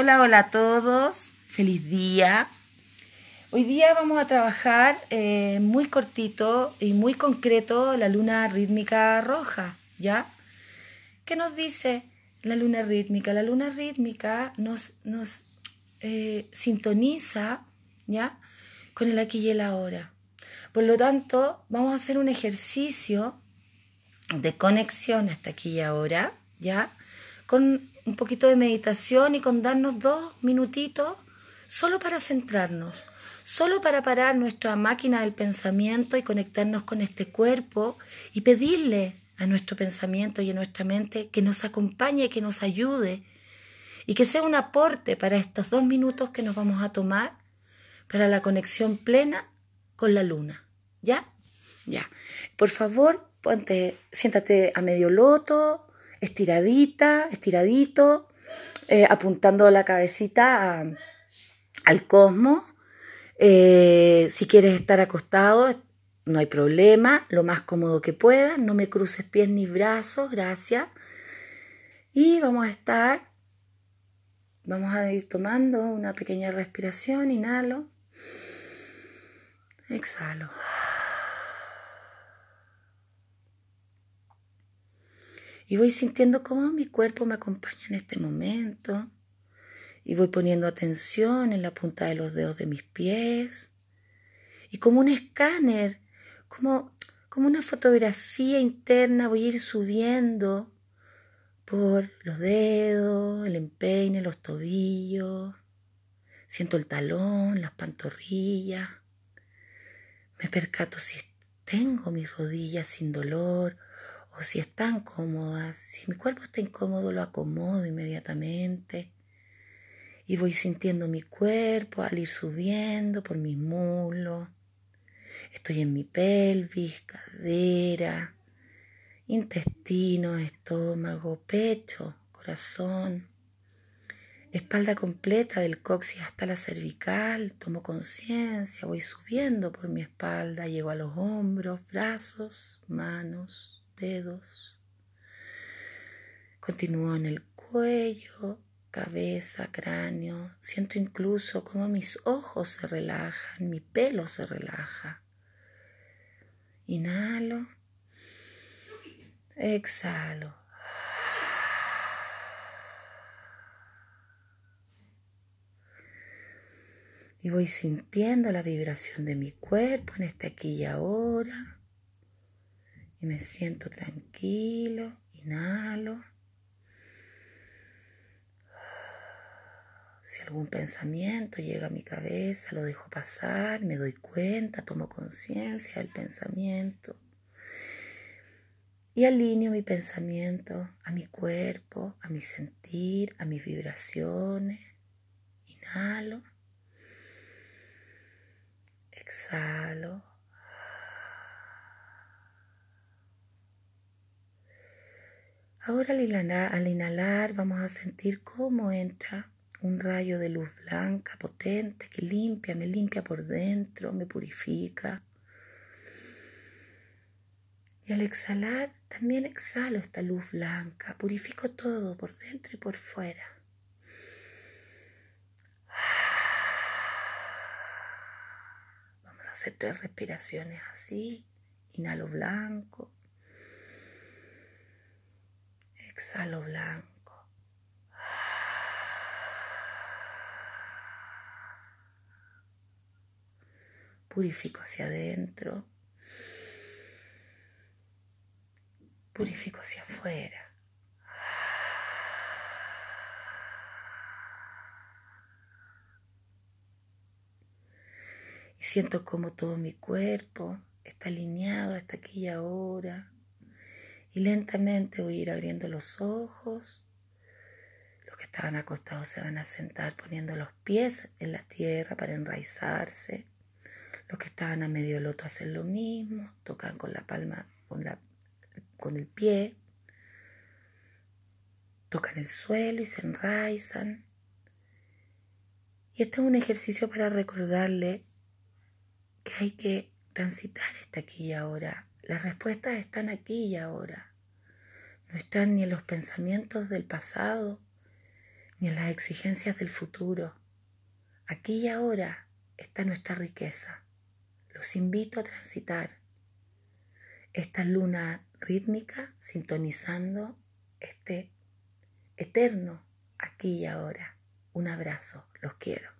Hola, hola a todos. Feliz día. Hoy día vamos a trabajar muy cortito y muy concreto la luna rítmica roja, ¿ya? ¿Qué nos dice la luna rítmica? La luna rítmica nos sintoniza, ¿ya? Con el aquí y el ahora. Por lo tanto, vamos a hacer un ejercicio de conexión hasta aquí y ahora, ¿ya? Con un poquito de meditación y con darnos 2 minutitos solo para centrarnos, solo para parar nuestra máquina del pensamiento y conectarnos con este cuerpo y pedirle a nuestro pensamiento y a nuestra mente que nos acompañe, que nos ayude y que sea un aporte para estos 2 minutos que nos vamos a tomar para la conexión plena con la luna. ¿Ya? Ya. Por favor, siéntate a medio loto, estiradita, estiradito, apuntando la cabecita al cosmos. Si quieres estar acostado, no hay problema, lo más cómodo que puedas. No me cruces pies ni brazos, gracias. Y vamos a ir tomando una pequeña respiración, inhalo, exhalo. Y voy sintiendo cómo mi cuerpo me acompaña en este momento. Y voy poniendo atención en la punta de los dedos de mis pies. Y como un escáner, como una fotografía interna, voy a ir subiendo por los dedos, el empeine, los tobillos. Siento el talón, las pantorrillas. Me percato si tengo mis rodillas sin dolor o si están cómodas. Si mi cuerpo está incómodo, lo acomodo inmediatamente. Y voy sintiendo mi cuerpo al ir subiendo por mis muslos. Estoy en mi pelvis, cadera, intestino, estómago, pecho, corazón. Espalda completa del coxis hasta la cervical. Tomo conciencia, voy subiendo por mi espalda. Llego a los hombros, brazos, manos, dedos. Continúo en el cuello, cabeza, cráneo. Siento incluso cómo mis ojos se relajan, mi pelo se relaja. Inhalo, exhalo. Y voy sintiendo la vibración de mi cuerpo en este aquí y ahora. Y me siento tranquilo, inhalo. Si algún pensamiento llega a mi cabeza, lo dejo pasar, me doy cuenta, tomo conciencia del pensamiento. Y alineo mi pensamiento a mi cuerpo, a mi sentir, a mis vibraciones. Inhalo. Exhalo. Ahora al inhalar vamos a sentir cómo entra un rayo de luz blanca potente que me limpia por dentro, me purifica. Y al exhalar también exhalo esta luz blanca, purifico todo por dentro y por fuera. Vamos a hacer 3 respiraciones así. Inhalo blanco. Exhalo blanco. Purifico hacia adentro. Purifico hacia afuera. Y siento como todo mi cuerpo está alineado hasta aquí y ahora. Y lentamente voy a ir abriendo los ojos. Los que estaban acostados se van a sentar poniendo los pies en la tierra para enraizarse. Los que estaban a medio loto hacen lo mismo. Tocan con la palma, con el pie. Tocan el suelo y se enraizan. Y este es un ejercicio para recordarle que hay que transitar hasta aquí y ahora. Las respuestas están aquí y ahora. No están ni en los pensamientos del pasado, ni en las exigencias del futuro. Aquí y ahora está nuestra riqueza. Los invito a transitar esta luna rítmica sintonizando este eterno aquí y ahora. Un abrazo, los quiero.